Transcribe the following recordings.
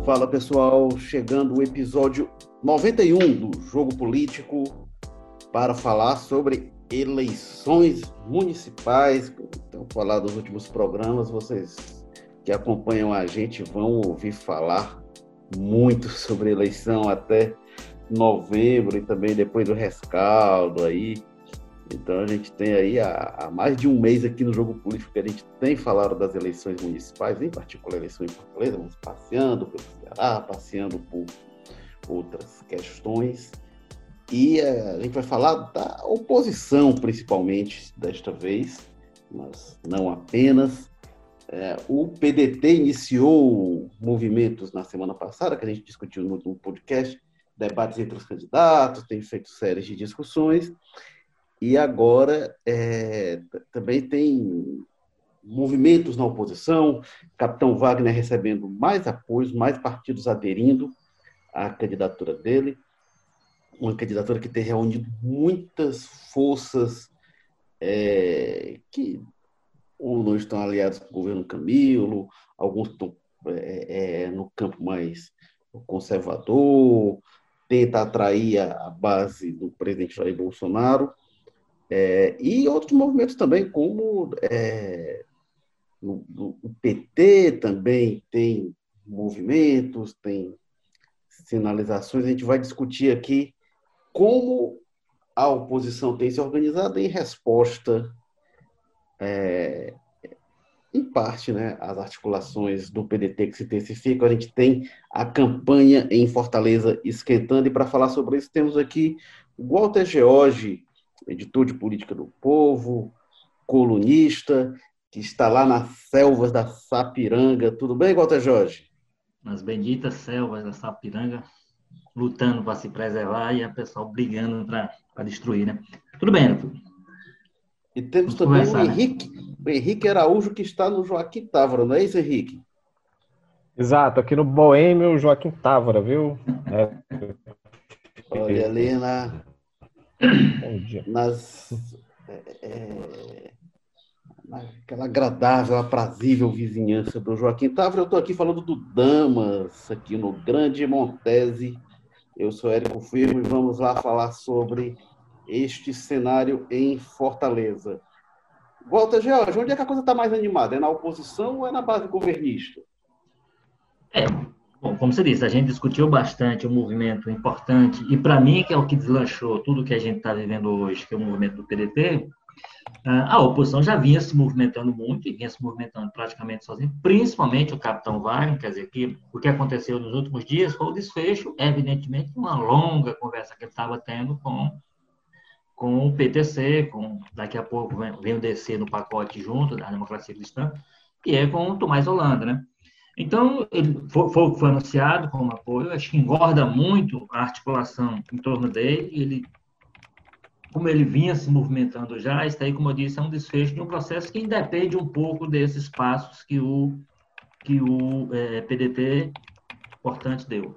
Fala pessoal, chegando o episódio 91 do Jogo Político para falar sobre eleições municipais. Então, falar dos últimos programas, vocês que acompanham a gente vão ouvir falar muito sobre eleição até novembro e também depois do rescaldo aí. Então a gente tem aí há mais de um mês aqui no Jogo Político que a gente tem falado das eleições municipais, em particular a eleição em Fortaleza, vamos passeando pelo Ceará, passeando por outras questões. E a gente vai falar da oposição, principalmente, desta vez, mas não apenas. O PDT iniciou movimentos na semana passada, que a gente discutiu no último podcast, debates entre os candidatos, tem feito séries de discussões. E agora também tem movimentos na oposição, Capitão Wagner recebendo mais apoios, mais partidos aderindo à candidatura dele, uma candidatura que tem reunido muitas forças que ou não estão aliados com o governo Camilo, alguns estão no campo mais conservador, tenta atrair a base do presidente Jair Bolsonaro. E outros movimentos também, como o PT também tem movimentos, tem sinalizações. A gente vai discutir aqui como a oposição tem se organizado em resposta, em parte, né, às articulações do PDT que se intensificam. A gente tem a campanha em Fortaleza esquentando, e para falar sobre isso temos aqui o Walter George, editor de Política do Povo, colunista, que está lá nas selvas da Sapiranga. Tudo bem, Walter Jorge? Nas benditas selvas da Sapiranga, lutando para se preservar e a pessoa brigando para destruir, né? Tudo bem, Arthur. E temos também o Henrique Araújo, que está no Joaquim Távora, não é isso, Henrique? Exato, aqui no Boêmio, Joaquim Távora, viu? Olha ali naquela agradável, aprazível vizinhança do Joaquim Távora. Eu estou aqui falando do Damas, aqui no Grande Montese. Eu sou Érico Firmo e vamos lá falar sobre este cenário em Fortaleza. Walter George, onde é que a coisa está mais animada? É na oposição ou é na base governista? Bom, como você disse, a gente discutiu bastante o movimento importante, e para mim, que é o que deslanchou tudo que a gente está vivendo hoje, que é o movimento do PDT, a oposição já vinha se movimentando muito, e vinha se movimentando praticamente sozinho, principalmente o Capitão Wagner. Quer dizer, que o que aconteceu nos últimos dias foi o desfecho, evidentemente, de uma longa conversa que ele estava tendo com o PTC, daqui a pouco vem o DC no pacote junto, da Democracia Cristã, que é com o Tomás Holanda, né? Então, ele foi anunciado como apoio. Acho que engorda muito a articulação em torno dele. Como ele vinha se movimentando já, isso aí, como eu disse, é um desfecho de um processo que independe um pouco desses passos que o PDT importante deu.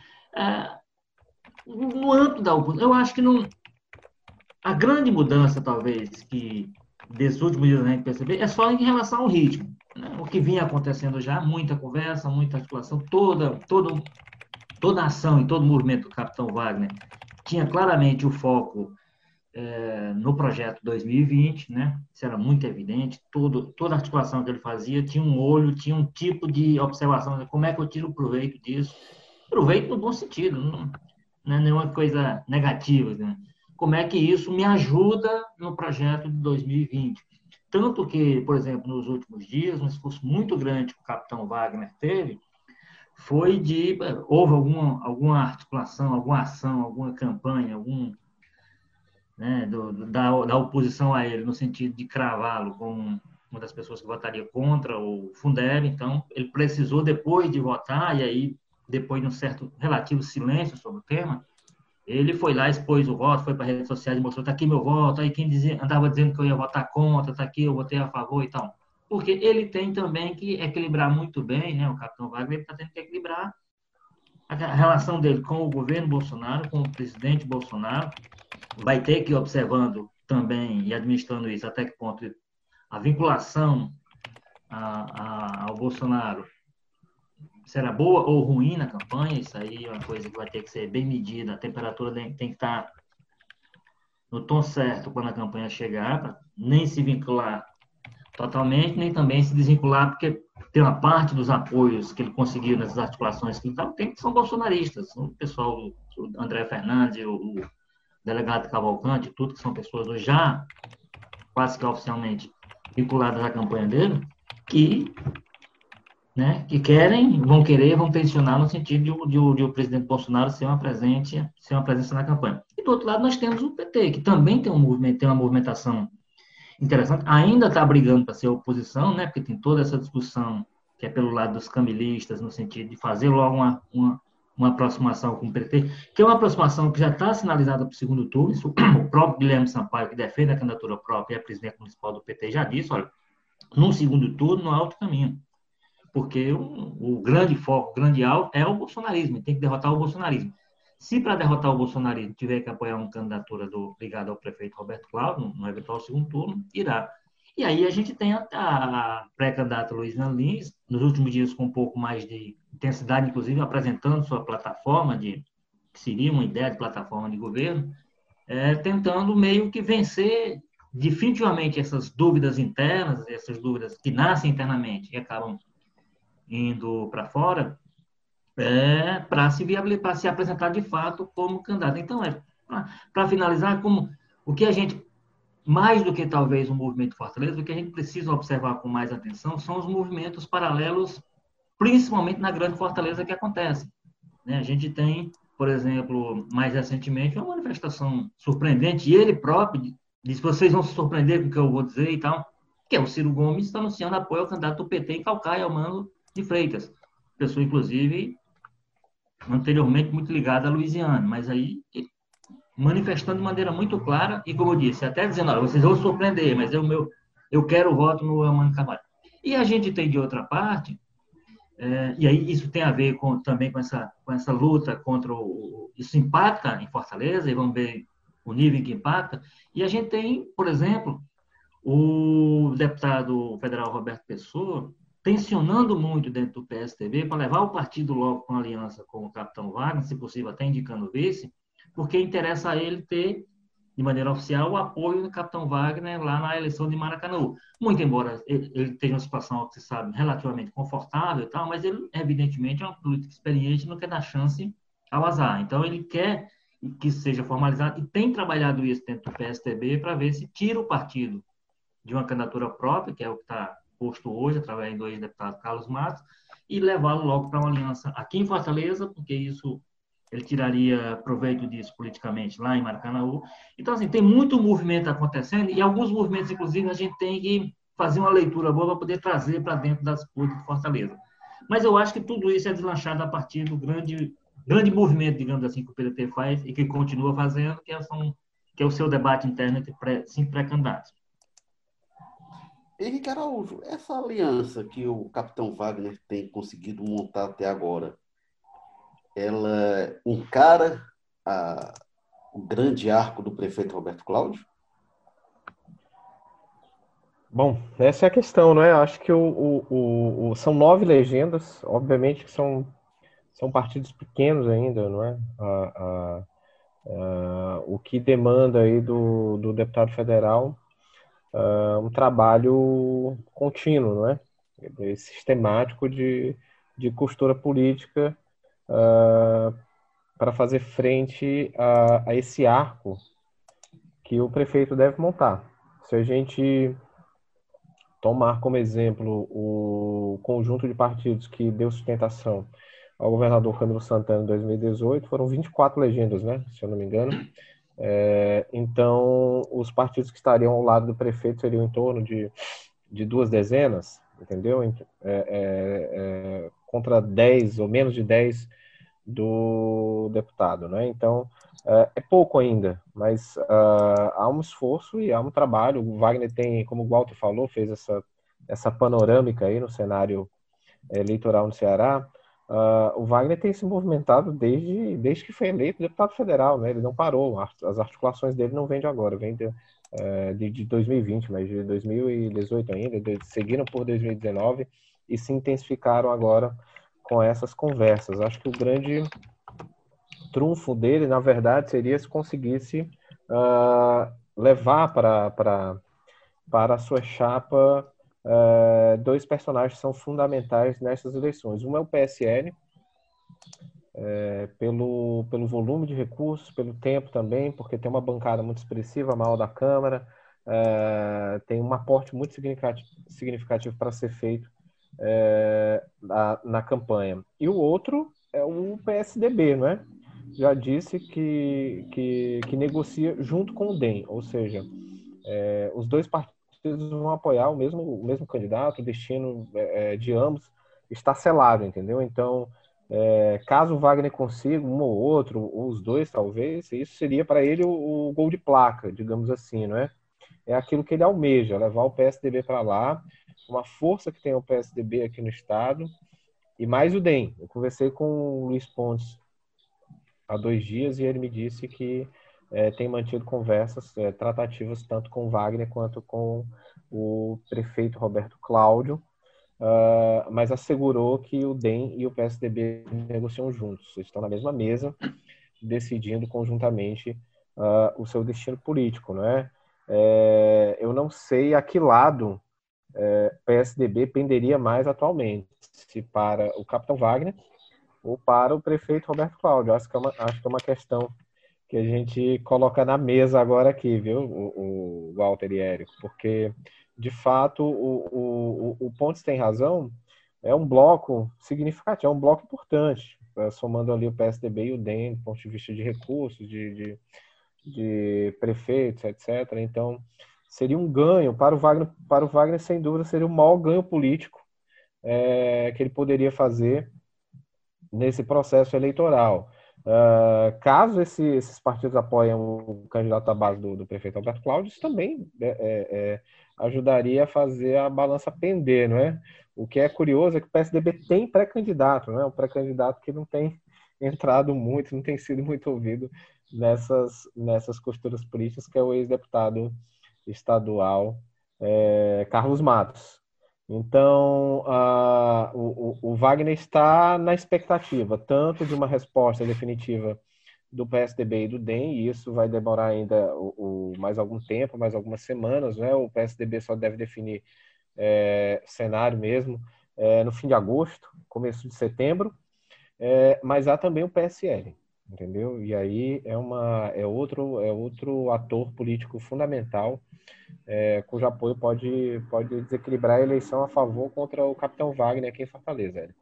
No âmbito da oposição, eu acho que a grande mudança, talvez, que desses últimos dias a gente perceber, é só em relação ao ritmo. O que vinha acontecendo já, muita conversa, muita articulação, toda a ação e todo o movimento do Capitão Wagner tinha claramente o foco no projeto 2020, né? Isso era muito evidente. Toda a articulação que ele fazia tinha um olho, tinha um tipo de observação, como é que eu tiro proveito disso? Proveito no bom sentido, não é nenhuma coisa negativa, né? Como é que isso me ajuda no projeto de 2020? Tanto que, por exemplo, nos últimos dias, um esforço muito grande que o Capitão Wagner teve foi houve alguma articulação, alguma ação, alguma campanha, né, da oposição a ele, no sentido de cravá-lo como uma das pessoas que votaria contra o Fundeb. Então, ele precisou, depois de votar, e aí, depois de um certo relativo silêncio sobre o tema, ele foi lá, expôs o voto, foi para as redes sociais e mostrou: está aqui meu voto. Aí quem andava dizendo que eu ia votar contra, está aqui, eu votei a favor e tal. Porque ele tem também que equilibrar muito bem, né? O Capitão Wagner está tendo que equilibrar a relação dele com o governo Bolsonaro, com o presidente Bolsonaro. Vai ter que ir observando também e administrando isso, até que ponto a vinculação ao Bolsonaro se era boa ou ruim na campanha. Isso aí é uma coisa que vai ter que ser bem medida. A temperatura tem que estar no tom certo quando a campanha chegar, para nem se vincular totalmente, nem também se desvincular, porque tem uma parte dos apoios que ele conseguiu nessas articulações que tem que são bolsonaristas. O pessoal, o André Fernandes, o delegado Cavalcante, tudo que são pessoas hoje já quase que oficialmente vinculadas à campanha dele, que, né, que vão tensionar no sentido de o presidente Bolsonaro ser uma presença na campanha. E do outro lado nós temos o PT, que também tem um movimento, tem uma movimentação interessante, ainda está brigando para ser oposição, né, porque tem toda essa discussão que é pelo lado dos camilistas, no sentido de fazer logo uma aproximação com o PT, que é uma aproximação que já está sinalizada para o segundo turno. Isso, o próprio Guilherme Sampaio, que defende a candidatura própria e é presidente municipal do PT, já disse, olha, no segundo turno não há outro caminho, porque o grande foco, o grande alvo é o bolsonarismo, tem que derrotar o bolsonarismo. Se para derrotar o bolsonarismo tiver que apoiar uma candidatura ligada ao prefeito Roberto Cláudio, no eventual segundo turno, irá. E aí a gente tem a pré-candidata Luiziane Lins, nos últimos dias com um pouco mais de intensidade, inclusive apresentando sua plataforma, que seria uma ideia de plataforma de governo, tentando meio que vencer definitivamente essas dúvidas internas, essas dúvidas que nascem internamente e acabam indo para fora, para se apresentar de fato como candidato. Então, para finalizar, como o que a gente, mais do que talvez o movimento Fortaleza, o que a gente precisa observar com mais atenção são os movimentos paralelos, principalmente na grande Fortaleza, que acontecem. Né? A gente tem, por exemplo, mais recentemente, uma manifestação surpreendente, e ele próprio disse: vocês vão se surpreender com o que eu vou dizer e tal, que é o Ciro Gomes está anunciando apoio ao candidato do PT em Calcaia, ao Mano de Freitas. Pessoa, inclusive, anteriormente muito ligada a Luiziane, mas aí manifestando de maneira muito clara e, como eu disse, até dizendo: olha, vocês vão se surpreender, mas eu quero o voto no Amano Carvalho. E a gente tem, de outra parte, e aí isso tem a ver também com essa luta contra isso impacta em Fortaleza, e vamos ver o nível em que impacta. E a gente tem, por exemplo, o deputado federal Roberto Pessoa tensionando muito dentro do PSTB para levar o partido logo com aliança com o capitão Wagner, se possível até indicando vice, porque interessa a ele ter, de maneira oficial, o apoio do capitão Wagner lá na eleição de Maracanã. Muito embora ele esteja uma situação, que se sabe, relativamente confortável e tal, mas ele, evidentemente, é um político experiente e não quer dar chance ao azar. Então, ele quer que isso seja formalizado e tem trabalhado isso dentro do PSTB para ver se tira o partido de uma candidatura própria, que é o que está posto hoje, através do ex-deputado Carlos Matos, e levá-lo logo para uma aliança aqui em Fortaleza, porque isso ele tiraria proveito disso politicamente lá em Maracanaú. Então, assim, tem muito movimento acontecendo, e alguns movimentos, inclusive, a gente tem que fazer uma leitura boa para poder trazer para dentro das disputa de Fortaleza. Mas eu acho que tudo isso é deslanchado a partir do grande movimento, digamos assim, que o PDT faz e que continua fazendo, que é o seu debate interno entre cinco pré-candidatos. Henrique Araújo, essa aliança que o capitão Wagner tem conseguido montar até agora, ela encara o grande arco do prefeito Roberto Cláudio? Bom, essa é a questão, não é? Acho que são 9 legendas, obviamente que são partidos pequenos ainda, não é? O que demanda aí do deputado federal um trabalho contínuo, não é? Sistemático de costura política para fazer frente a esse arco que o prefeito deve montar. Se a gente tomar como exemplo o conjunto de partidos que deu sustentação ao governador Camilo Santana em 2018, foram 24 legendas, né? Se eu não me engano. Então, os partidos que estariam ao lado do prefeito seriam em torno de 2 dezenas, entendeu? Contra 10 ou menos de 10 do deputado, né? Então, é pouco ainda, mas há um esforço e há um trabalho. O Wagner tem, como o Walter falou, fez essa panorâmica aí no cenário eleitoral no Ceará. O Wagner tem se movimentado desde que foi eleito deputado federal, né? Ele não parou, as articulações dele não vêm de agora, vêm de 2020, mas de 2018 ainda, seguiram por 2019 e se intensificaram agora com essas conversas. Acho que o grande trunfo dele, na verdade, seria se conseguisse levar para a sua chapa dois personagens que são fundamentais nessas eleições. Um é o PSL, pelo volume de recursos, pelo tempo também, porque tem uma bancada muito expressiva, maior da Câmara, tem um aporte muito significativo para ser feito na campanha. E o outro é o PSDB, não é? Já disse que negocia junto com o DEM, ou seja, os dois partidos vão apoiar o mesmo candidato, o destino de ambos está selado, entendeu? Então, caso o Wagner consiga um ou outro, ou os dois talvez, isso seria para ele o gol de placa, digamos assim, não é? É aquilo que ele almeja, levar o PSDB para lá, uma força que tem o PSDB aqui no estado, e mais o DEM. Eu conversei com o Luiz Pontes há 2 dias e ele me disse que tem mantido conversas, tratativas, tanto com o Wagner quanto com o prefeito Roberto Cláudio, mas assegurou que o DEM e o PSDB negociam juntos, estão na mesma mesa, decidindo conjuntamente o seu destino político, não é? Eu não sei a que lado o PSDB penderia mais atualmente, se para o capitão Wagner ou para o prefeito Roberto Cláudio. Acho que é uma questão que a gente coloca na mesa agora aqui, viu, o Walter e Érico, porque, de fato, o Pontes tem razão, é um bloco significativo, é um bloco importante, somando ali o PSDB e o DEM, do ponto de vista de recursos, de prefeitos, etc. Então, seria um ganho para o Wagner, sem dúvida, seria o maior ganho político que ele poderia fazer nesse processo eleitoral. Caso esses partidos apoiem o candidato à base do prefeito Alberto Cláudio, isso também ajudaria a fazer a balança pender, não é? O que é curioso é que o PSDB tem pré-candidato, não é? Um pré-candidato que não tem entrado muito, não tem sido muito ouvido nessas costuras políticas, que é o ex-deputado estadual Carlos Matos. Então, o Wagner está na expectativa tanto de uma resposta definitiva do PSDB e do DEM, e isso vai demorar ainda mais algum tempo, mais algumas semanas, né? O PSDB só deve definir cenário mesmo no fim de agosto, começo de setembro, mas há também o PSL, entendeu? E aí é outro ator político fundamental, cujo apoio pode desequilibrar a eleição a favor contra o capitão Wagner aqui em Fortaleza, Érico.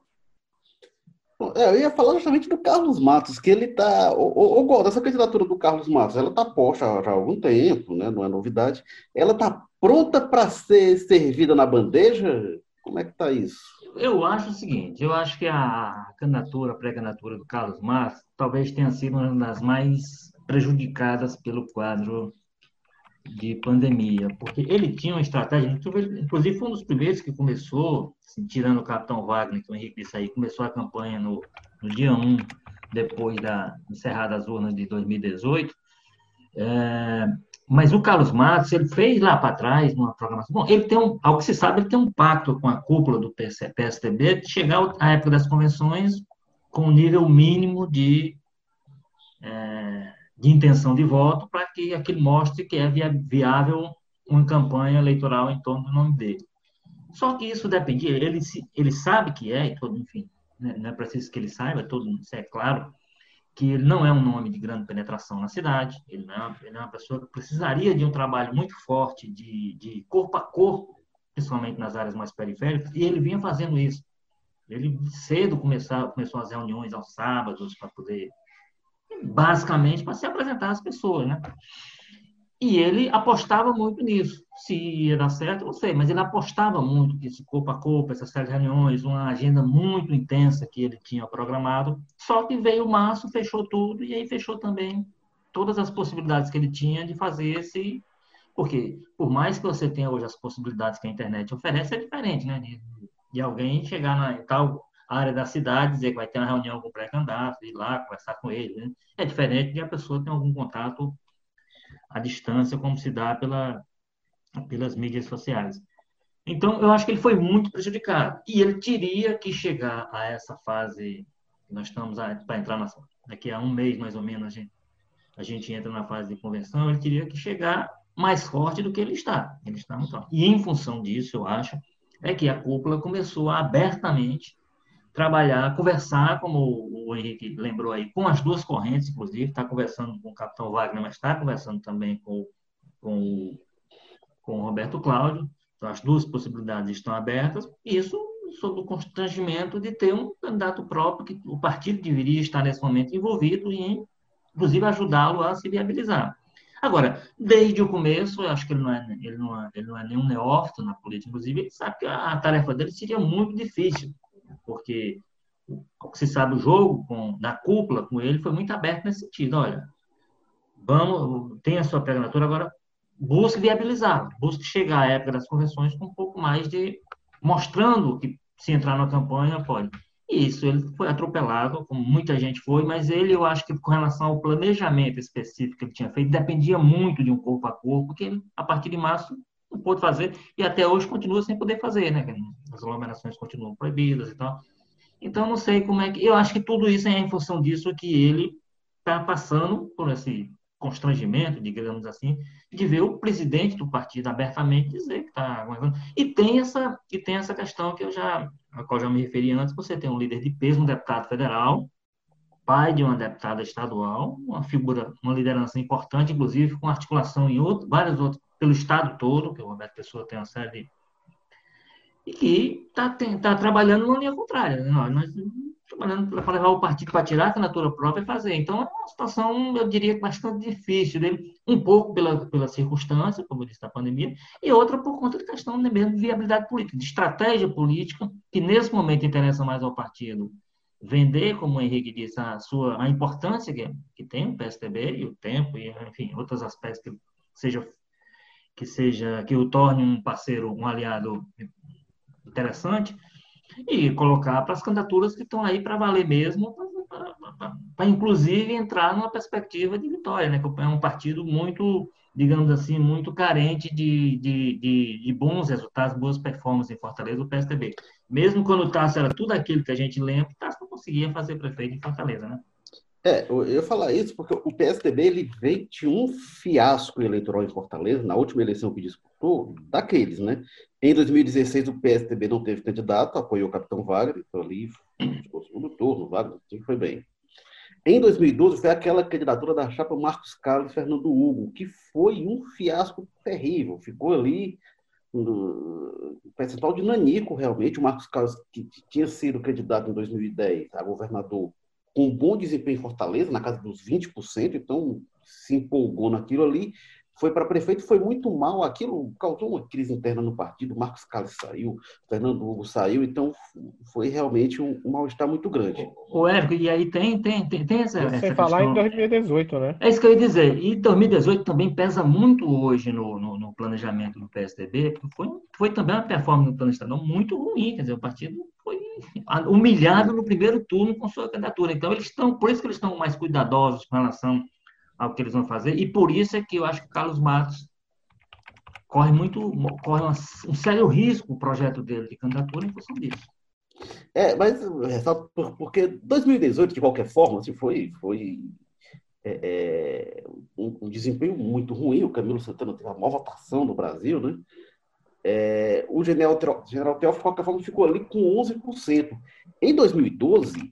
Eu ia falar justamente do Carlos Matos, que ele está. Gol, essa candidatura do Carlos Matos, ela está posta já há algum tempo, né? Não é novidade. Ela está pronta para ser servida na bandeja? Como é que está isso? Eu acho o seguinte, eu acho que a pré-candidatura do Carlos Matos, talvez tenha sido uma das mais prejudicadas pelo quadro de pandemia, porque ele tinha uma estratégia, inclusive foi um dos primeiros que começou, assim, tirando o capitão Wagner, que o Henrique disse aí, começou a campanha no dia 1, depois da encerrada as urnas de 2018. Mas o Carlos Matos, ele fez lá para trás uma programação. Bom, ele tem ao que se sabe, ele tem um pacto com a cúpula do PSDB de chegar à época das convenções com um nível mínimo de intenção de voto para que aquilo mostre que é viável uma campanha eleitoral em torno do nome dele. Só que isso depende, ele sabe que e todo, enfim, né, não é preciso que ele saiba, isso é claro, que ele não é um nome de grande penetração na cidade, ele é uma pessoa que precisaria de um trabalho muito forte de corpo a corpo, principalmente nas áreas mais periféricas, e ele vinha fazendo isso. Ele cedo começou as reuniões aos sábados para poder, basicamente, para se apresentar às pessoas, né? E ele apostava muito nisso. Se ia dar certo, eu não sei, mas ele apostava muito nisso, corpo a corpo, essas séries de reuniões, uma agenda muito intensa que ele tinha programado. Só que veio março, fechou tudo, e aí fechou também todas as possibilidades que ele tinha de fazer esse. Porque, por mais que você tenha hoje as possibilidades que a internet oferece, é diferente, né? De alguém chegar em tal área da cidade, dizer que vai ter uma reunião com o pré-candidato, ir lá conversar com ele, né? É diferente de a pessoa ter algum contato à distância, como se dá pelas mídias sociais. Então, eu acho que ele foi muito prejudicado. E ele teria que chegar a essa fase que nós estamos para entrar daqui a um mês, mais ou menos, a gente entra na fase de convenção, ele teria que chegar mais forte do que ele está. Ele está muito forte. E em função disso, eu acho, é que a cúpula começou a abertamente trabalhar, conversar, como o Henrique lembrou aí, com as duas correntes, inclusive, está conversando com o capitão Wagner, mas está conversando também com, com o Roberto Cláudio. Então, as duas possibilidades estão abertas, e isso sob o constrangimento de ter um candidato próprio, que o partido deveria estar nesse momento envolvido e, inclusive, ajudá-lo a se viabilizar. Agora, desde o começo, eu acho que ele não é nenhum neófito na política, inclusive, ele sabe que a tarefa dele seria muito difícil, porque o que se sabe, o jogo da cúpula com ele foi muito aberto nesse sentido. Olha, vamos, tem a sua pré-candidatura, agora busque viabilizar, busque chegar à época das convenções com um pouco mais de mostrando que se entrar na campanha pode. E isso, ele foi atropelado, como muita gente foi, mas ele, eu acho que com relação ao planejamento específico que ele tinha feito, dependia muito de um corpo a corpo, porque ele, a partir de março, não pôde fazer, e até hoje continua sem poder fazer, né? As aglomerações continuam proibidas e tal. Então, não sei como é que. Eu acho que tudo isso é em função disso que ele está passando por esse constrangimento, digamos assim, de ver o presidente do partido abertamente dizer que está aguentando. E tem essa questão a qual já me referi antes: você tem um líder de peso, um deputado federal, pai de uma deputada estadual, uma figura, uma liderança importante, inclusive com articulação em vários outros, pelo estado todo, que o Roberto Pessoa tem uma série de e que está trabalhando na linha contrária. Né? Nós trabalhando para levar o partido para tirar a candidatura própria e fazer. Então, é uma situação, eu diria, bastante difícil dele, um pouco pela circunstância, como eu disse, da pandemia, e outra por conta de questão mesmo de viabilidade política, de estratégia política, que nesse momento interessa mais ao partido vender, como o Henrique disse, a importância que tem o PSDB e o tempo, e, enfim, outros aspectos que o torne um parceiro, um aliado interessante, e colocar para as candidaturas que estão aí para valer mesmo, para inclusive entrar numa perspectiva de vitória, né? Que é um partido muito, digamos assim, muito carente de bons resultados, boas performances em Fortaleza, o PSDB. Mesmo quando o Tasso era tudo aquilo que a gente lembra, o Tasso não conseguia fazer prefeito em Fortaleza, né? Eu ia falar isso porque o PSDB ele veio de um fiasco eleitoral em Fortaleza, na última eleição que disputou, daqueles, né? Em 2016, o PSDB não teve candidato, apoiou o capitão Wagner, então ali ficou segundo turno, Wagner, foi bem. Em 2012, foi aquela candidatura da chapa Marcos Carlos e Fernando Hugo, que foi um fiasco terrível, ficou ali no percentual de nanico, realmente. O Marcos Carlos, que tinha sido candidato em 2010 a governador, com um bom desempenho em Fortaleza, na casa dos 20%, então se empolgou naquilo ali, foi para prefeito, foi muito mal, aquilo causou uma crise interna no partido, o Marcos Carlos saiu, Fernando Hugo saiu, então foi realmente um mal-estar muito grande. O Érico, e aí tem essa Sem falar em questão. 2018, né? É isso que eu ia dizer. E 2018 também pesa muito hoje no planejamento do PSDB, porque foi também uma performance no plano estadual muito ruim. Quer dizer, o partido foi humilhado no primeiro turno com sua candidatura. Então, por isso que eles estão mais cuidadosos com relação ao que eles vão fazer. E por isso é que eu acho que o Carlos Matos corre um sério risco o projeto dele de candidatura em função disso. Mas só porque 2018, de qualquer forma, assim, foi um desempenho muito ruim. O Camilo Santana teve a maior votação no Brasil, né? O General Teófilo, de qualquer forma, ficou ali com 11%. Em 2012,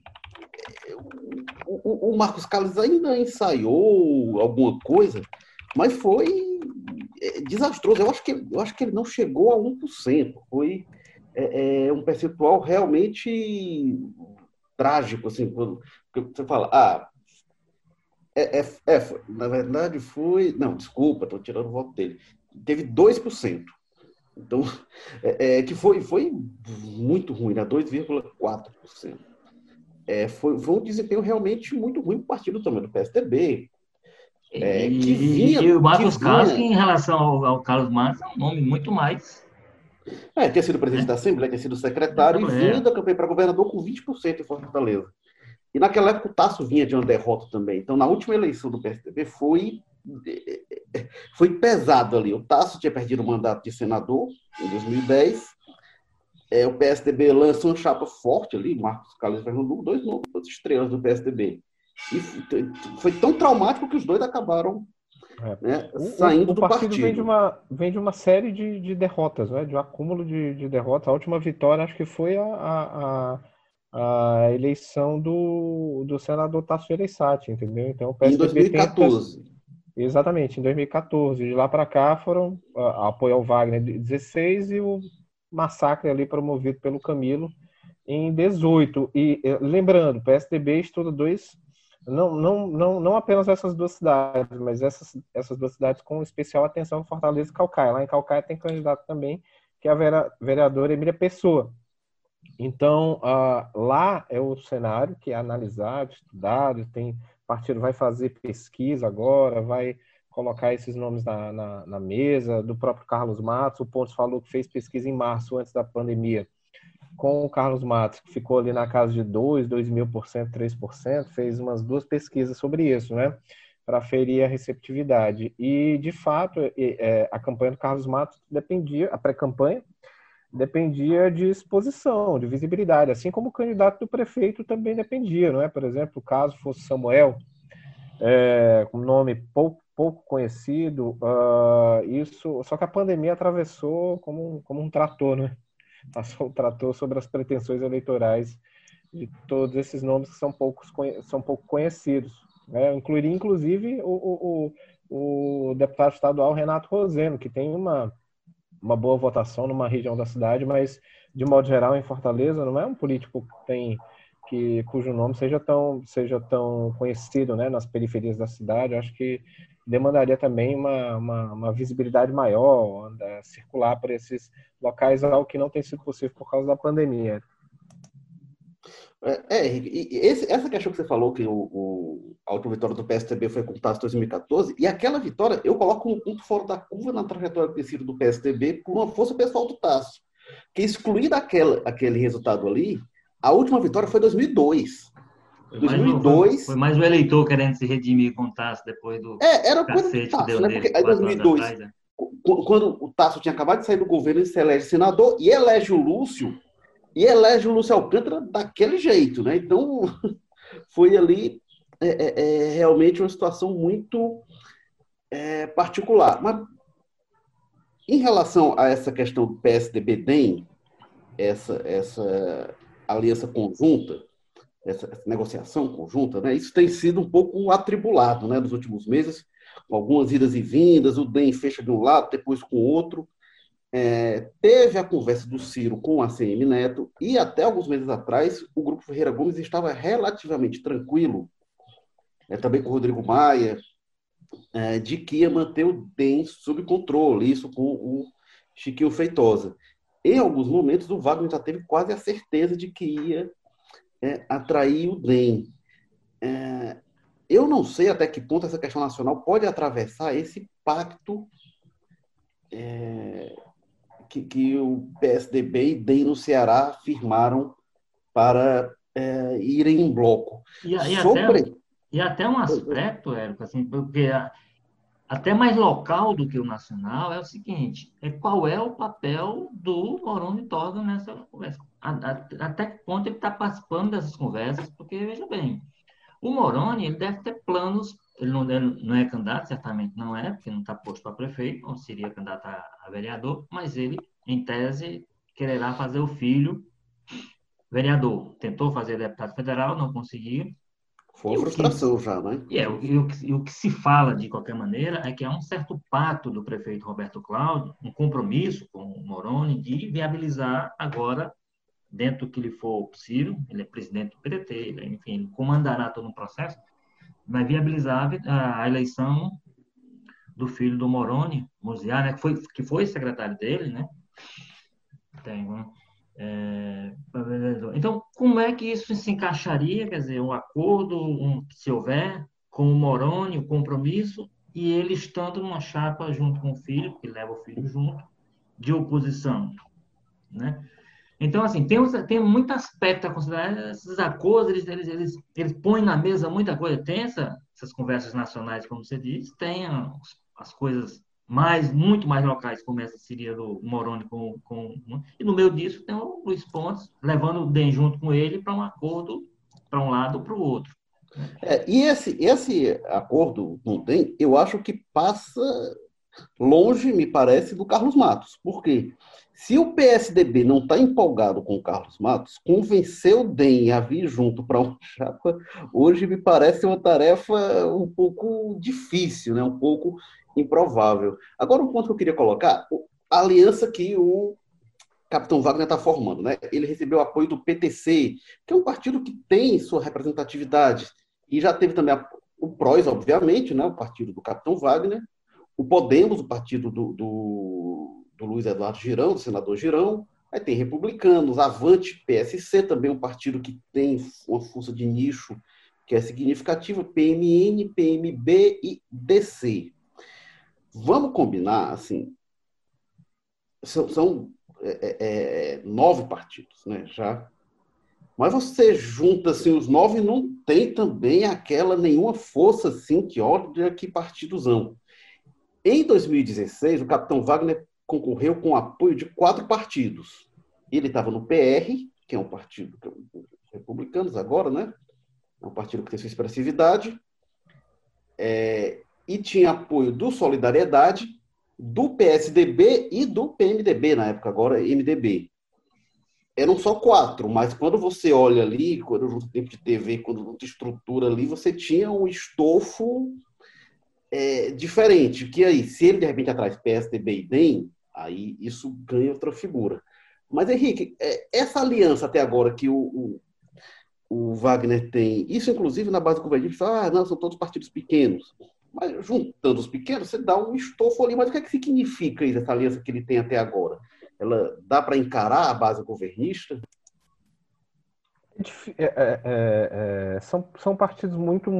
o Marcos Carlos ainda ensaiou alguma coisa, mas foi desastroso. Eu acho que ele não chegou a 1%. Foi um percentual realmente trágico, assim, porque você fala, na verdade foi... Não, desculpa, estou tirando o voto dele. Teve 2%. Então, que foi muito ruim, né? 2,4%. Foi um desempenho realmente muito ruim para o partido também, do PSDB. E o Marcos Carlos, que em relação ao Carlos Matos, é um nome muito mais... tinha sido presidente da Assembleia, tinha sido secretário, e vinha da campanha para governador com 20% em Fortaleza. E naquela época o Tasso vinha de uma derrota também. Então, na última eleição do PSDB, foi foi pesado ali. O Tasso tinha perdido o mandato de senador em 2010. O PSDB lança uma chapa forte ali, Marcos Carlos Fernando, duas estrelas do PSDB. E foi tão traumático que os dois acabaram, né, saindo do partido. Vem de uma série de derrotas, né? De um acúmulo de derrotas. A última vitória acho que foi a eleição do senador Tasso Gereissati, entendeu? Então o PSDB em 2014. Exatamente, em 2014. De lá para cá foram apoiar o Wagner em 16 e o massacre ali promovido pelo Camilo em 18. E lembrando, o PSDB estuda não apenas essas duas cidades, mas essas duas cidades com especial atenção, Fortaleza e Caucaia. Lá em Caucaia tem candidato também, que é a vereadora Emília Pessoa. Então, lá é o cenário que é analisado, estudado, o partido vai fazer pesquisa agora, vai colocar esses nomes na mesa, do próprio Carlos Matos. O Pontes falou que fez pesquisa em março, antes da pandemia, com o Carlos Matos, que ficou ali na casa de 2.000%, 3%, fez umas 2 pesquisas sobre isso, né? Para aferir a receptividade. E, de fato, a campanha do Carlos Matos dependia, a pré-campanha, dependia de exposição, de visibilidade, assim como o candidato do prefeito também dependia, não é? Por exemplo, caso fosse Samuel, com nome pouco conhecido, isso, só que a pandemia atravessou como um trator, né? Passou o trator sobre as pretensões eleitorais de todos esses nomes que são pouco conhecidos, né? Eu incluiria, inclusive, o deputado estadual Renato Roseno, que tem uma boa votação numa região da cidade, mas, de modo geral, em Fortaleza, não é um político cujo nome seja tão conhecido, né, nas periferias da cidade. Eu acho que demandaria também uma visibilidade maior, circular por esses locais, algo que não tem sido possível por causa da pandemia. Henrique, essa questão que você falou, que a última vitória do PSDB foi com o Tasso em 2014, e aquela vitória eu coloco um ponto fora da curva na trajetória que tem sido do PSDB por uma força pessoal do Tasso, que excluído aquele resultado ali, a última vitória foi em 2002. Foi mais o eleitor querendo se redimir com o Tasso depois do era coisa cacete Tasso, que deu né? nele Porque em 2002, atrás, né? quando o Tasso tinha acabado de sair do governo, ele se elege senador e elege o Lúcio Alcântara daquele jeito, né? Então, foi ali realmente uma situação muito particular. Mas, em relação a essa questão do PSDB-DEM, essa aliança conjunta, essa negociação conjunta, né? Isso tem sido um pouco atribulado, né, nos últimos meses, com algumas idas e vindas, o DEM fecha de um lado, depois com o outro. Teve a conversa do Ciro com a ACM Neto, e até alguns meses atrás o Grupo Ferreira Gomes estava relativamente tranquilo, também com o Rodrigo Maia, de que ia manter o DEM sob controle, isso com o Chiquinho Feitosa. Em alguns momentos, o Wagner já teve quase a certeza de que ia atrair o DEM. Eu não sei até que ponto essa questão nacional pode atravessar esse pacto que o PSDB e DEM no Ceará firmaram para irem em bloco. E até um aspecto, Érico, assim, porque até mais local do que o nacional é o seguinte, qual é o papel do Moroni Toga nessa conversa? Até que ponto ele está participando dessas conversas? Porque, veja bem, o Moroni, ele deve ter planos, ele não é candidato, certamente não é, porque não está posto para prefeito, ou seria candidato a vereador, mas ele, em tese, quererá fazer o filho vereador. Tentou fazer deputado federal, não conseguiu. Foi uma frustração já, né? O que se fala, de qualquer maneira, é que há um certo pacto do prefeito Roberto Cláudio, um compromisso com o Moroni de viabilizar agora, dentro do que lhe for possível, ele é presidente do PDT, enfim, ele comandará todo um processo, vai viabilizar a eleição do filho do Moroni, Muziar, né, que foi secretário dele, né? Então, como é que isso se encaixaria, quer dizer, um acordo, se houver, com o Moroni, o compromisso, e ele estando numa chapa junto com o filho, que leva o filho junto, de oposição, né? Então, assim, tem muito aspecto a considerar. Esses acordos, eles põem na mesa muita coisa. Tem essas conversas nacionais, como você diz, tem as coisas muito mais locais, como essa seria do Moroni e no meio disso tem o Luiz Pontes levando o DEM junto com ele para um acordo para um lado ou para o outro, né? E esse acordo com o DEM, eu acho que passa longe, me parece, do Carlos Matos. Por quê? Se o PSDB não está empolgado com o Carlos Matos, convencer o DEM a vir junto para uma chapa, hoje me parece uma tarefa um pouco difícil, né? Um pouco improvável. Agora, um ponto que eu queria colocar, a aliança que o Capitão Wagner está formando, né? Ele recebeu apoio do PTC, que é um partido que tem sua representatividade, e já teve também o PROS, obviamente, né? O partido do Capitão Wagner, o Podemos, o partido do Luiz Eduardo Girão, do senador Girão, aí tem republicanos, Avante, PSC, também um partido que tem uma força de nicho que é significativa, PMN, PMB e DC. Vamos combinar, assim, são 9 partidos, né, já. Mas você junta, assim, os 9, não tem também nenhuma força, assim, que olha que partidozão. Em 2016, o Capitão Wagner concorreu com o apoio de 4 partidos. Ele estava no PR, que é um partido republicanos agora, né? É um partido que tem sua expressividade, e tinha apoio do Solidariedade, do PSDB e do PMDB na época, agora MDB. Eram só 4, mas quando você olha ali, quando junta o tempo de TV, quando junta estrutura ali, você tinha um estofo diferente, que aí, se ele de repente atrás PSDB e DEM, aí isso ganha outra figura. Mas, Henrique, essa aliança até agora que o Wagner tem, isso inclusive na base do governo, não, são todos partidos pequenos. Mas juntando os pequenos, você dá um estofo ali. Mas o que é que significa isso, essa aliança que ele tem até agora? Ela dá para encarar a base governista? São partidos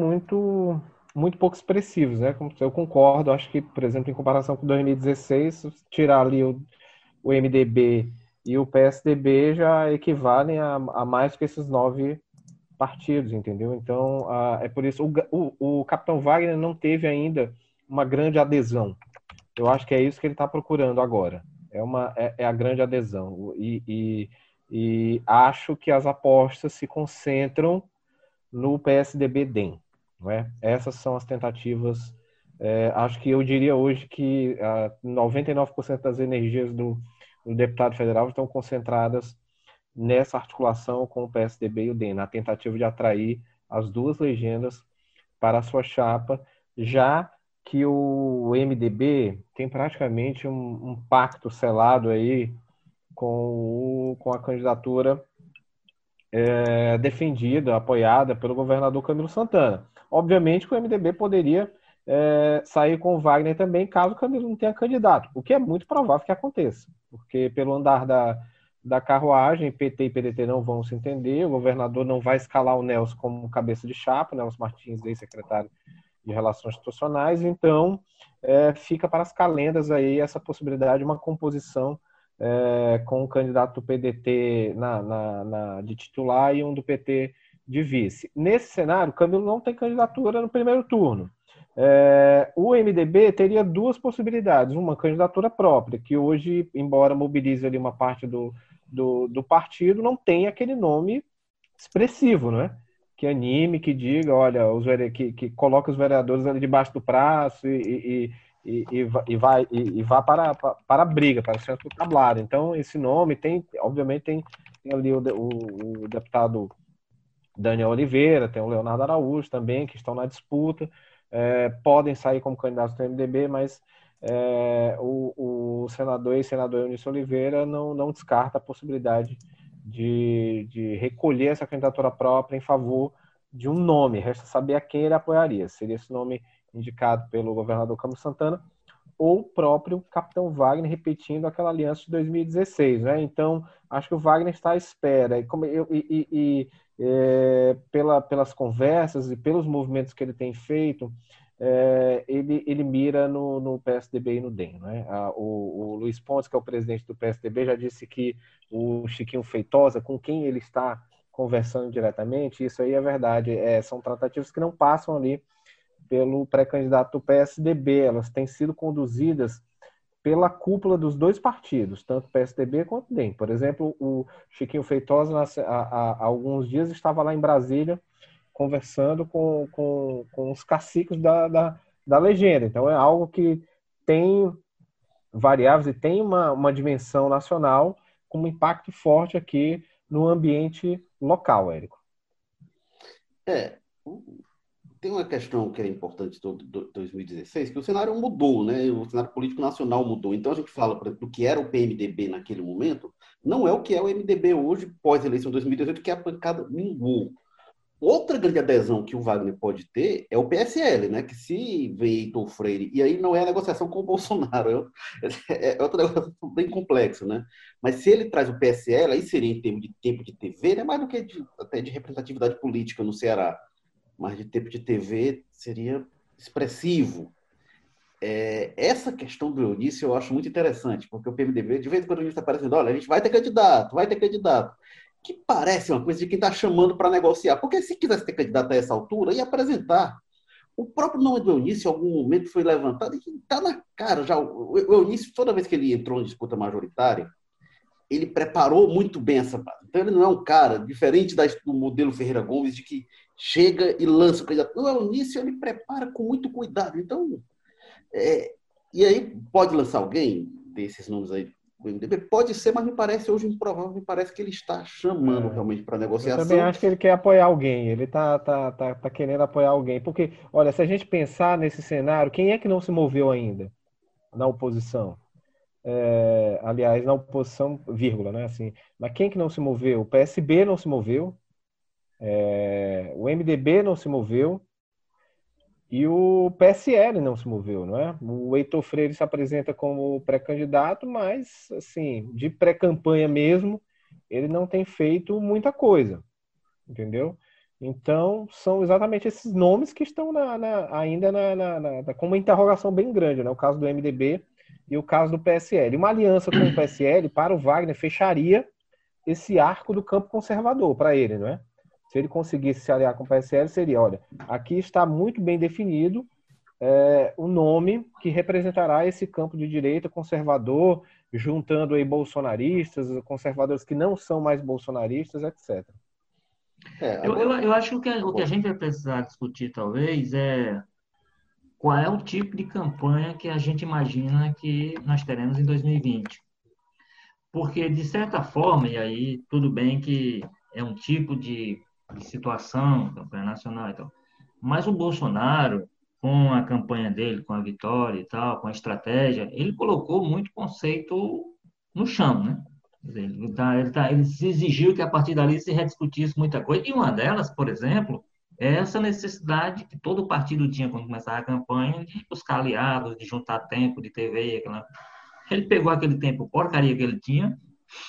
muito pouco expressivos, né? Eu concordo, acho que, por exemplo, em comparação com 2016, tirar ali o MDB e o PSDB já equivalem a mais que esses 9 partidos, entendeu? Então, é por isso, o Capitão Wagner não teve ainda uma grande adesão. Eu acho que é isso que ele está procurando agora. É a grande adesão. E acho que as apostas se concentram no PSDB-DEM. Não é? Essas são as tentativas. Acho que eu diria hoje que 99% das energias do deputado federal estão concentradas nessa articulação com o PSDB e o DEM, na tentativa de atrair as duas legendas para a sua chapa, já que o MDB tem praticamente um pacto selado aí com a candidatura defendida, apoiada pelo governador Camilo Santana. Obviamente que o MDB poderia sair com o Wagner também, caso o Camilo não tenha candidato, o que é muito provável que aconteça, porque pelo andar da carruagem, PT e PDT não vão se entender, o governador não vai escalar o Nelson como cabeça de chapa, Nelson Martins, ex-secretário de Relações Institucionais, então fica para as calendas aí essa possibilidade de uma composição com um candidato do PDT de titular e um do PT de vice. Nesse cenário, Camilo não tem candidatura no primeiro turno. O MDB teria 2 possibilidades, uma candidatura própria, que hoje, embora mobilize ali uma parte do partido, não tem aquele nome expressivo, não é? Que anime, que diga, olha, que coloque os vereadores ali debaixo do braço e vá para a briga, para o centro do tablado. Então, esse nome obviamente tem ali o deputado Daniel Oliveira, tem o Leonardo Araújo também, que estão na disputa, podem sair como candidatos do MDB, mas o senador e senador Eunício Oliveira não descarta a possibilidade de recolher essa candidatura própria em favor de um nome. Resta saber a quem ele apoiaria. Seria esse nome indicado pelo governador Camilo Santana ou o próprio Capitão Wagner, repetindo aquela aliança de 2016, né? Então, acho que o Wagner está à espera. Pelas conversas e pelos movimentos que ele tem feito, ele mira no PSDB e no DEM, né? O Luiz Pontes, que é o presidente do PSDB, já disse que o Chiquinho Feitosa, com quem ele está conversando diretamente, isso aí é verdade, são tratativas que não passam ali pelo pré-candidato do PSDB, elas têm sido conduzidas pela cúpula dos dois partidos, tanto PSDB quanto DEM. Por exemplo, o Chiquinho Feitosa, há alguns dias, estava lá em Brasília conversando com os caciques da legenda. Então, é algo que tem variáveis e tem uma dimensão nacional com um impacto forte aqui no ambiente local, Érico. Tem uma questão que é importante do 2016, que o cenário mudou, né? O cenário político nacional mudou. Então, a gente fala, por exemplo, do que era o PMDB naquele momento, não é o que é o MDB hoje, pós-eleição de 2018, que a bancada minguou. Outra grande adesão que o Wagner pode ter é o PSL, né? Que se vem Heitor Freire, e aí não é a negociação com o Bolsonaro, é outra negociação bem complexa, né? Mas se ele traz o PSL, aí seria em termos de tempo de TV, né? Mais do que até de representatividade política no Ceará, mas de tempo de TV seria expressivo. Essa questão do Eunício eu acho muito interessante, porque o PMDB, de vez em quando, a gente está aparecendo, olha, a gente vai ter candidato, que parece uma coisa de quem está chamando para negociar, porque se quisesse ter candidato a essa altura, ia apresentar. O próprio nome do Eunício, em algum momento, foi levantado e está na cara já. O Eunício, toda vez que ele entrou em disputa majoritária, ele preparou muito bem essa base. Então, ele não é um cara, diferente do modelo Ferreira Gomes, de que chega e lança o candidato. No Eunício, ele prepara com muito cuidado. Então, e aí, pode lançar alguém desses nomes aí do MDB? Pode ser, mas me parece hoje improvável, me parece que ele está chamando realmente para negociação. Eu também acho que ele quer apoiar alguém, ele tá querendo apoiar alguém, porque, olha, se a gente pensar nesse cenário, quem é que não se moveu ainda na oposição? Aliás, na oposição, vírgula, né, assim, mas quem que não se moveu? O PSB não se moveu, o MDB não se moveu, e o PSL não se moveu, não é? O Heitor Freire se apresenta como pré-candidato, mas, assim, de pré-campanha mesmo, ele não tem feito muita coisa, entendeu? Então, são exatamente esses nomes que estão ainda com uma interrogação bem grande, né? O caso do MDB e o caso do PSL. Uma aliança com o PSL, para o Wagner, fecharia esse arco do campo conservador para ele, não é? Se ele conseguisse se aliar com o PSL, seria, olha, aqui está muito bem definido o nome que representará esse campo de direita conservador, juntando aí bolsonaristas, conservadores que não são mais bolsonaristas, etc. Eu acho que o que a gente vai precisar discutir, talvez, é qual é o tipo de campanha que a gente imagina que nós teremos em 2020. Porque, de certa forma, e aí tudo bem que é um tipo de situação, campanha nacional e tal, mas o Bolsonaro, com a campanha dele, com a vitória e tal, com a estratégia, ele colocou muito conceito no chão, né? Quer dizer, ele se exigiu que a partir dali se rediscutisse muita coisa, e uma delas, por exemplo, é essa necessidade que todo partido tinha quando começava a campanha de buscar aliados, de juntar tempo de TV, ele pegou aquele tempo porcaria que ele tinha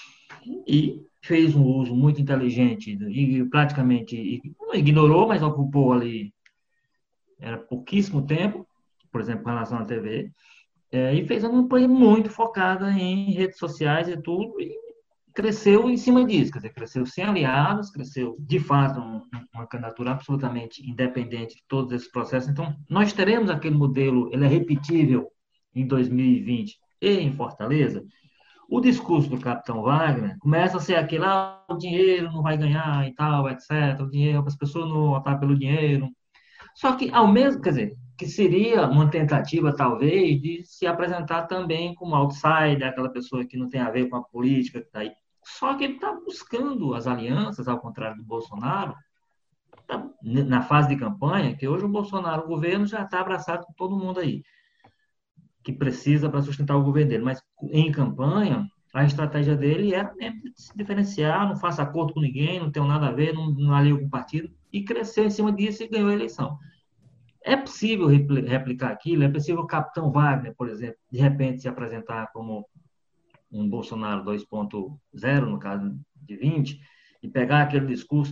e fez um uso muito inteligente e praticamente não ignorou, mas ocupou ali era pouquíssimo tempo, por exemplo, com relação à TV, e fez uma campanha muito focada em redes sociais e tudo, e cresceu em cima disso, quer dizer, cresceu sem aliados, cresceu de fato uma candidatura absolutamente independente de todos esses processos. Então, nós teremos aquele modelo, ele é repetível em 2020 e em Fortaleza. O discurso do Capitão Wagner começa a ser aquele, o dinheiro não vai ganhar e tal, etc. O dinheiro, as pessoas não votar pelo dinheiro. Só que, ao mesmo, quer dizer, que seria uma tentativa, talvez, de se apresentar também como outsider, aquela pessoa que não tem a ver com a política que está aí. Só que ele está buscando as alianças, ao contrário do Bolsonaro, na fase de campanha, que hoje o Bolsonaro, o governo, já está abraçado com todo mundo aí que precisa para sustentar o governo dele. Mas em campanha, a estratégia dele é se diferenciar, não faça acordo com ninguém, não tem nada a ver, não alio com o partido, e cresceu em cima disso e ganhou a eleição. É possível replicar aquilo? É possível o Capitão Wagner, por exemplo, de repente se apresentar como um Bolsonaro 2.0, no caso de 20, e pegar aquele discurso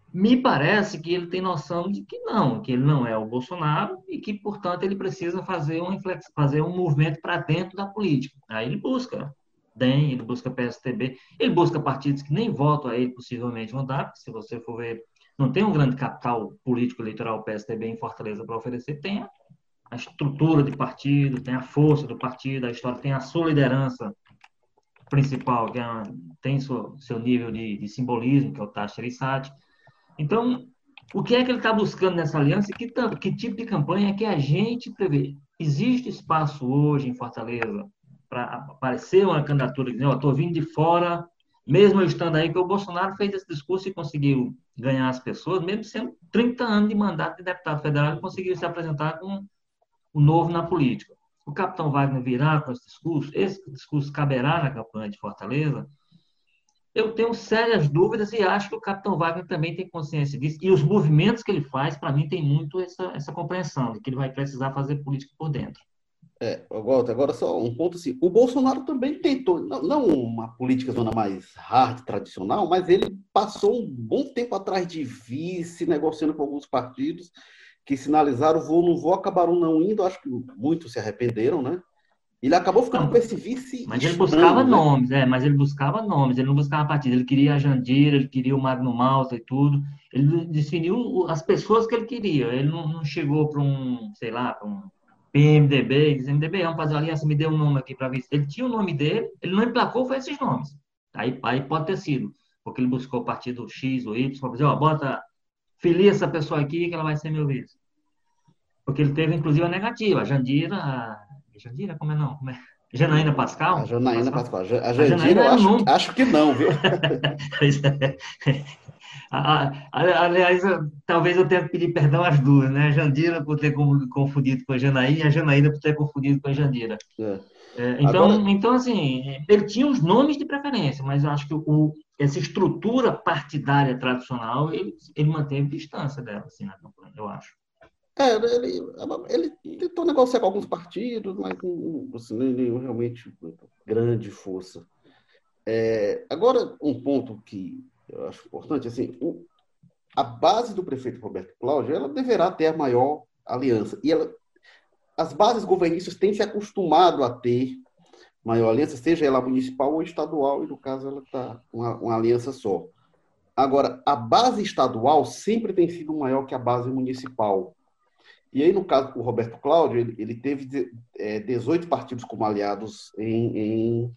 Me parece que ele tem noção de que ele não é o Bolsonaro e que, portanto, ele precisa fazer um movimento para dentro da política. Aí ele busca DEM, ele busca PSTB, ele busca partidos que nem votam a ele possivelmente vão dar, porque se você for ver, não tem um grande capital político eleitoral PSTB em Fortaleza para oferecer, tem a estrutura de partido, tem a força do partido, a história, tem a sua liderança principal, tem seu nível de simbolismo, que é o Tasso Gereissati. Então, o que é que ele está buscando nessa aliança? Que tipo de campanha é que a gente prevê? Existe espaço hoje em Fortaleza para aparecer uma candidatura que estou vindo de fora, mesmo eu estando aí, que o Bolsonaro fez esse discurso e conseguiu ganhar as pessoas, mesmo sendo 30 anos de mandato de deputado federal, ele conseguiu se apresentar com o novo na política. O capitão Wagner virá com esse discurso caberá na campanha de Fortaleza. Eu tenho sérias dúvidas e acho que o Capitão Wagner também tem consciência disso. E os movimentos que ele faz, para mim, tem muito essa compreensão de que ele vai precisar fazer política por dentro. Walter, agora só um ponto assim. O Bolsonaro também tentou, não uma política zona mais hard, tradicional, mas ele passou um bom tempo atrás de vice, negociando com alguns partidos que sinalizaram vou, não vou, acabaram não indo, acho que muitos se arrependeram, né? Ele acabou ficando com Não, esse vice mas ele buscava estranho, né? nomes, mas ele buscava nomes, ele não buscava partido. Ele queria a Jandira, ele queria o Magno Malta e tudo. Ele definiu as pessoas que ele queria. Ele não chegou para um, sei lá, para um PMDB e disse, MDB, vamos fazer uma aliança, me dê um nome aqui para ver. Ele tinha o nome dele, ele não emplacou, foi esses nomes. Aí pode ter sido, porque ele buscou o partido X ou Y, para dizer, ó, filia essa pessoa aqui que ela vai ser meu vice. Porque ele teve, inclusive, a negativa. Jandira, como é não? Como é? Janaína A Pascal? Janaína Pascal? Pascoal. A A Jandira, Janaína eu era o nome. acho que não, viu? Pois é. Aliás, talvez eu tenha que pedir perdão às duas, né? A Jandira por ter confundido com a Janaína e a Janaína por ter confundido com a Jandira. É. Agora, Então, assim, ele tinha os nomes de preferência, mas eu acho que essa estrutura partidária tradicional, ele manteve distância dela, assim, na campanha, eu acho. ele tentou negociar com alguns partidos, mas assim, nenhum realmente grande força. Agora, um ponto que eu acho importante, assim, a base do prefeito Roberto Cláudio, ela deverá ter a maior aliança. E as bases governistas têm se acostumado a ter maior aliança, seja ela municipal ou estadual, e no caso ela está uma aliança só. Agora, a base estadual sempre tem sido maior que a base municipal. E aí, no caso do Roberto Cláudio, ele teve 18 partidos como aliados em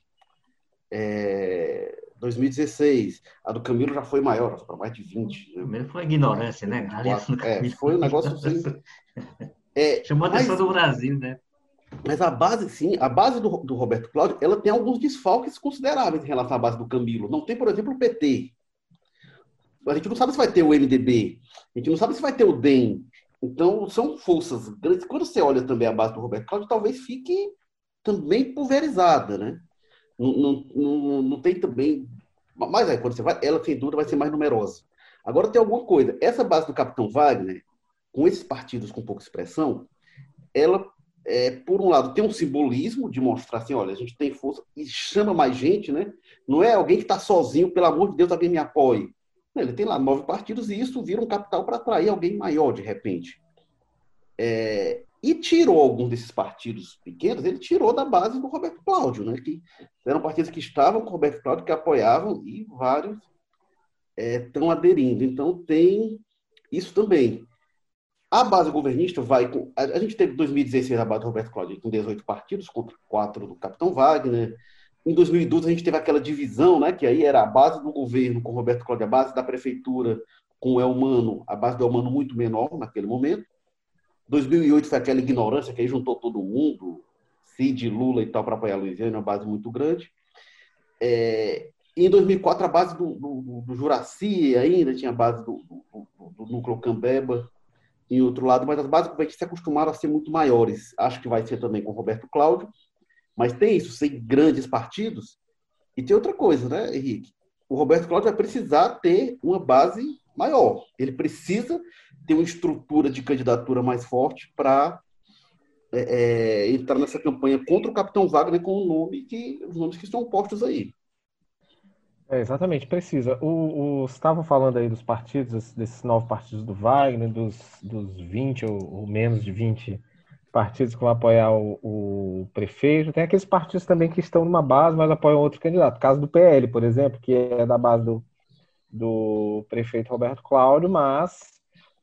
2016. A do Camilo já foi maior, para mais de 20. Né? Primeiro foi a ignorância, né? A aliança 24. do Camilo. Foi um negócio assim. Chamou a atenção Mas, do Brasil, né? mas a base, sim, a base do Roberto Cláudio, ela tem alguns desfalques consideráveis em relação à base do Camilo. Não tem, por exemplo, o PT. A gente não sabe se vai ter o MDB. A gente não sabe se vai ter o DEM. Então, são forças grandes. Quando você olha também a base do Roberto Cláudio, talvez fique também pulverizada, né? Não tem também... Mas aí, quando você vai, ela, sem dúvida, vai ser mais numerosa. Agora, tem alguma coisa. Essa base do Capitão Wagner, com esses partidos com pouca expressão, ela, por um lado, tem um simbolismo de mostrar assim, olha, a gente tem força e chama mais gente, né? Não é alguém que está sozinho, pelo amor de Deus, alguém me apoie. Ele tem lá 9 partidos e isso vira um capital para atrair alguém maior, de repente. E tirou alguns desses partidos pequenos, ele tirou da base do Roberto Cláudio, né? Que eram partidos que estavam com o Roberto Cláudio, que apoiavam, e vários estão aderindo. Então, tem isso também. A base governista vai com... A gente teve em 2016 a base do Roberto Cláudio com 18 partidos, contra 4 do Capitão Wagner. Em 2012 a gente teve aquela divisão, né, que aí era a base do governo com Roberto Cláudio, a base da prefeitura com o Elmano, a base do Elmano muito menor naquele momento. 2008 foi aquela ignorância que aí juntou todo mundo, Cid, Lula e tal, para apoiar a Luiziane, uma base muito grande. Em 2004 a base do Juraci ainda tinha a base do núcleo Cambeba em outro lado, mas as bases governistas se acostumaram a ser muito maiores. Acho que vai ser também com Roberto Cláudio, mas tem isso, sem grandes partidos. E tem outra coisa, né, Henrique? O Roberto Cláudio vai precisar ter uma base maior. Ele precisa ter uma estrutura de candidatura mais forte para entrar nessa campanha contra o Capitão Wagner com os nomes que estão postos aí. Exatamente, precisa. Você estava falando aí dos partidos, desses 9 partidos do Wagner, dos 20 ou menos de 20 partidos que vão apoiar o prefeito. Tem aqueles partidos também que estão numa base, mas apoiam outro candidato. O caso do PL, por exemplo, que é da base do prefeito Roberto Cláudio, mas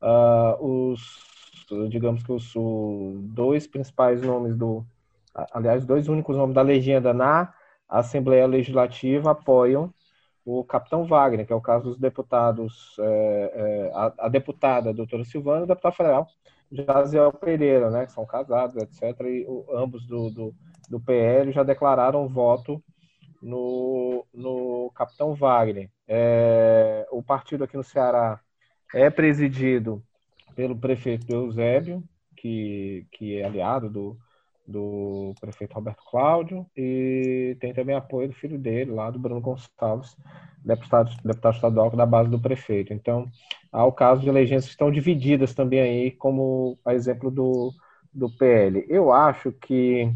digamos que os dois principais nomes aliás, dois únicos nomes da legenda na Assembleia Legislativa apoiam o capitão Wagner, que é o caso dos deputados, a deputada doutora Silvana e o deputado federal Jaziel Pereira, né, que são casados, etc., e ambos do PL já declararam voto no capitão Wagner. O partido aqui no Ceará é presidido pelo prefeito Eusébio, que é aliado do prefeito Roberto Cláudio, e tem também apoio do filho dele, lá do Bruno Gonçalves, deputado estadual da base do prefeito. Então, há o caso de eleições que estão divididas também aí, como a exemplo do PL. Eu acho que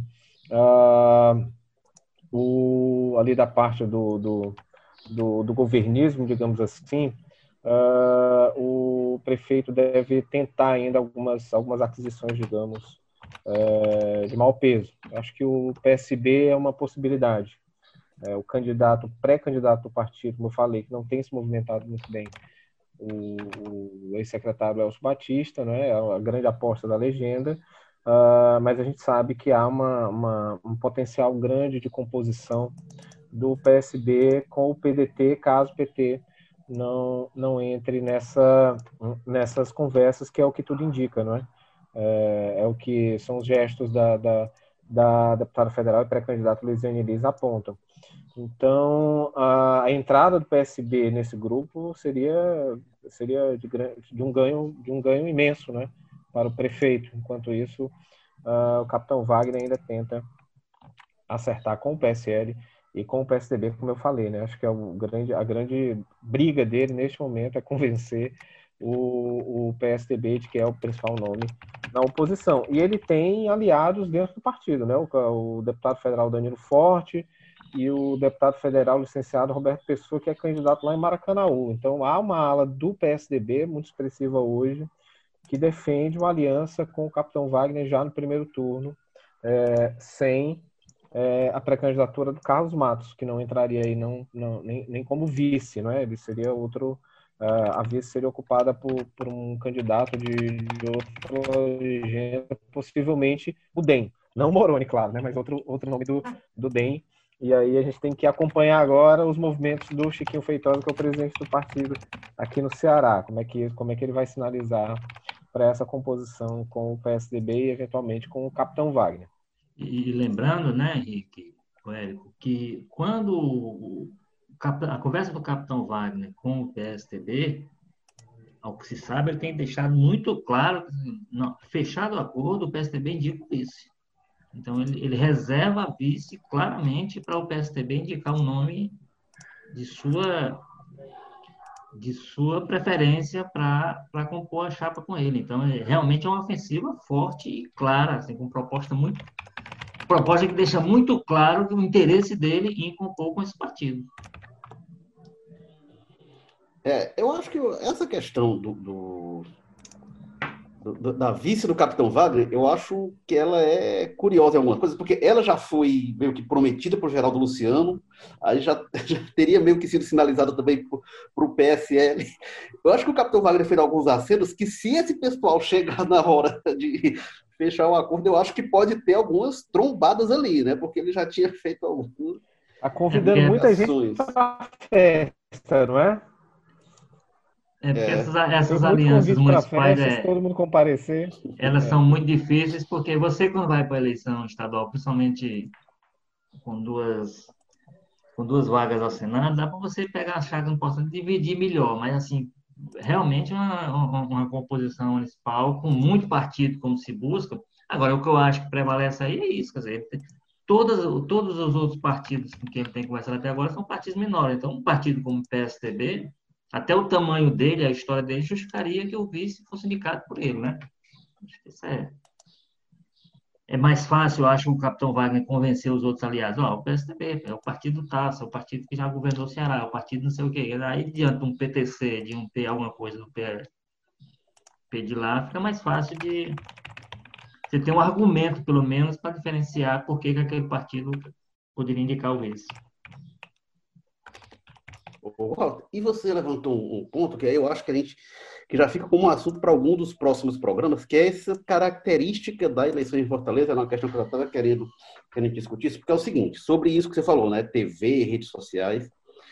ali da parte do governismo, digamos assim, o prefeito deve tentar ainda algumas aquisições, digamos, de mau peso. Acho que o PSB é uma possibilidade. O pré-candidato do partido, como eu falei, que não tem se movimentado muito bem, o ex-secretário Elcio Batista, né, é a grande aposta da legenda, mas a gente sabe que há um potencial grande de composição do PSB com o PDT, caso o PT não entre nessas conversas, que é o que tudo indica, não é? É o que são os gestos da deputada federal e pré-candidata Luiziane Liz apontam. Então, a entrada do PSB nesse grupo seria de um ganho imenso, né, para o prefeito. Enquanto isso, o capitão Wagner ainda tenta acertar com o PSL e com o PSDB, como eu falei, né? Acho que a grande briga dele neste momento é convencer o PSDB de que é o principal nome na oposição. E ele tem aliados dentro do partido, né? O deputado federal Danilo Forte e o deputado federal licenciado Roberto Pessoa, que é candidato lá em Maracanaú. Então, há uma ala do PSDB muito expressiva hoje que defende uma aliança com o capitão Wagner já no primeiro turno, sem a pré-candidatura do Carlos Matos, que não entraria aí nem como vice, não é? Ele seria outro... a vice seria ocupada por um candidato de outra legenda, possivelmente o DEM. Não o Moroni, claro, né? Mas outro nome do DEM. E aí a gente tem que acompanhar agora os movimentos do Chiquinho Feitosa, que é o presidente do partido aqui no Ceará. Como é que ele vai sinalizar para essa composição com o PSDB e, eventualmente, com o capitão Wagner. E lembrando, né, Henrique, Érico, que quando a conversa do capitão Wagner com o PSDB, ao que se sabe, ele tem deixado muito claro, fechado o acordo, o PSDB indica o vice. Então, ele reserva a vice claramente para o PSDB indicar um nome de sua preferência para compor a chapa com ele. Então, realmente é uma ofensiva forte e clara, assim, com proposta que deixa muito claro que o interesse dele em compor com esse partido. Eu acho que essa questão da vice do Capitão Wagner, eu acho que ela é curiosa em alguma coisa, porque ela já foi meio que prometida por Geraldo Luciano, aí já teria meio que sido sinalizada também para o PSL. Eu acho que o Capitão Wagner fez alguns acenos que, se esse pessoal chegar na hora de fechar o acordo, eu acho que pode ter algumas trombadas ali, né? Porque ele já tinha feito algumas. Está convidando muita gente para a festa, não é? Porque essas alianças municipais, festa, todo mundo comparecer. Elas são muito difíceis, porque você, quando vai para a eleição estadual, principalmente com duas vagas ao Senado, dá para você pegar as chagas importantes e dividir melhor, mas, assim, realmente uma composição municipal com muito partido, como se busca. Agora, o que eu acho que prevalece aí é isso, quer dizer, todos os outros partidos com quem ele tem conversado até agora são partidos menores. Então, um partido como o PSDB, até o tamanho dele, a história dele, justificaria que o vice fosse indicado por ele, né? Acho que isso é. é mais fácil, eu acho, o capitão Wagner convencer os outros aliados. Ó, o PSDB é o partido Taça, é o partido que já governou o Ceará, é o partido não sei o quê. Aí, diante de um PTC, de um P, alguma coisa do P de lá, fica mais fácil de você ter um argumento, pelo menos, para diferenciar por que aquele partido poderia indicar o vice. Walter, e você levantou um ponto que aí eu acho que a gente que já fica como um assunto para algum dos próximos programas, que é essa característica da eleição em Fortaleza, é uma questão que eu estava querendo discutir isso, porque é o seguinte, sobre isso que você falou, né, TV, redes sociais,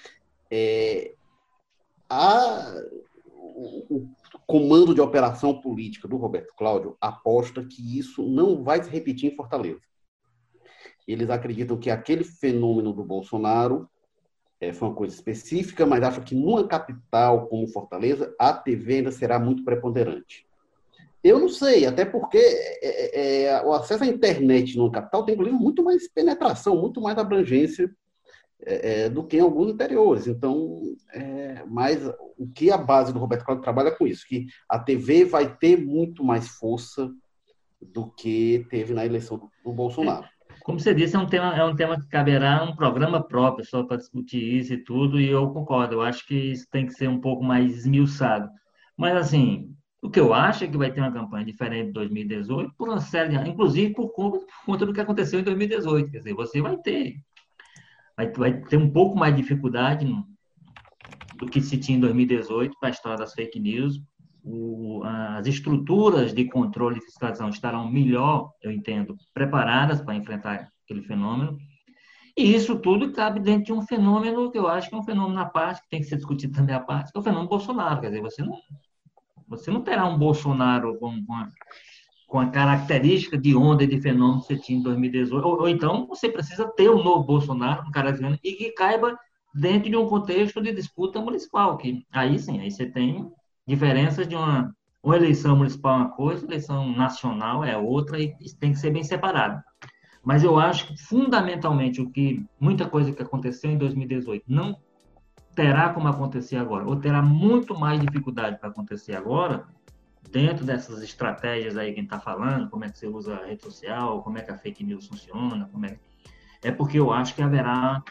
o comando de operação política do Roberto Cláudio aposta que isso não vai se repetir em Fortaleza. Eles acreditam que aquele fenômeno do Bolsonaro foi uma coisa específica, mas acham que numa capital como Fortaleza, a TV ainda será muito preponderante. Eu não sei, até porque o acesso à internet numa capital tem, inclusive, muito mais penetração, muito mais abrangência do que em alguns interiores. Então, mas o que a base do Roberto Cláudio trabalha com isso, que a TV vai ter muito mais força do que teve na eleição do Bolsonaro. Como você disse, é um tema que caberá um programa próprio só para discutir isso e tudo, e eu concordo, eu acho que isso tem que ser um pouco mais esmiuçado. Mas, assim, o que eu acho é que vai ter uma campanha diferente de 2018, por uma série, inclusive por conta do que aconteceu em 2018. Quer dizer, você vai ter um pouco mais de dificuldade do que se tinha em 2018 para a história das fake news. As estruturas de controle e fiscalização estarão melhor, eu entendo, preparadas para enfrentar aquele fenômeno. E isso tudo cabe dentro de um fenômeno que eu acho que é um fenômeno à parte, que tem que ser discutido também à parte, que é o fenômeno Bolsonaro. Quer dizer, você não terá um Bolsonaro com a característica de onda e de fenômeno que você tinha em 2018. Ou então você precisa ter um novo Bolsonaro, um cara e que caiba dentro de um contexto de disputa municipal, que aí sim, aí você tem diferenças de uma eleição municipal é uma coisa, eleição nacional é outra, e isso tem que ser bem separado. Mas eu acho que, fundamentalmente, muita coisa que aconteceu em 2018 não terá como acontecer agora, ou terá muito mais dificuldade para acontecer agora, dentro dessas estratégias aí que a gente está falando, como é que você usa a rede social, como é que a fake news funciona, porque eu acho que haverá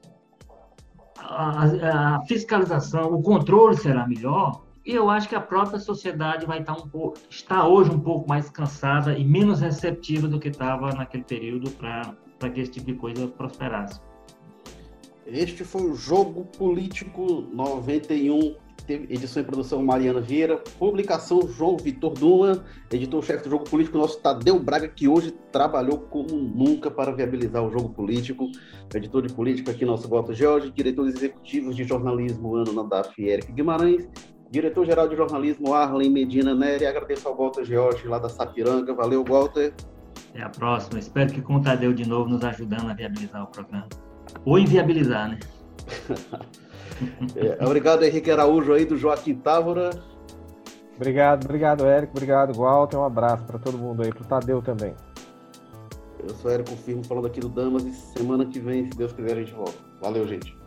a fiscalização, o controle será melhor, e eu acho que a própria sociedade vai está hoje um pouco mais cansada e menos receptiva do que estava naquele período para que esse tipo de coisa prosperasse. Este foi o Jogo Político 91, edição e produção Mariana Vieira, publicação João Vitor Duma, editor-chefe do Jogo Político, nosso Tadeu Braga, que hoje trabalhou como nunca para viabilizar o Jogo Político, editor de política aqui, nosso Walter George, diretores executivos de jornalismo, Ana Nadaf e Eric Guimarães, diretor-geral de jornalismo, Arlen Medina Neri. Agradeço ao Walter George, lá da Sapiranga. Valeu, Walter. Até a próxima. Espero que com o Tadeu de novo nos ajudando a viabilizar o programa. Ou inviabilizar, né? Obrigado, Henrique Araújo, aí do Joaquim Távora. Obrigado, Érico. Obrigado, Walter. Um abraço para todo mundo aí, para o Tadeu também. Eu sou Érico Firmo, falando aqui do Damas, e semana que vem, se Deus quiser, a gente volta. Valeu, gente.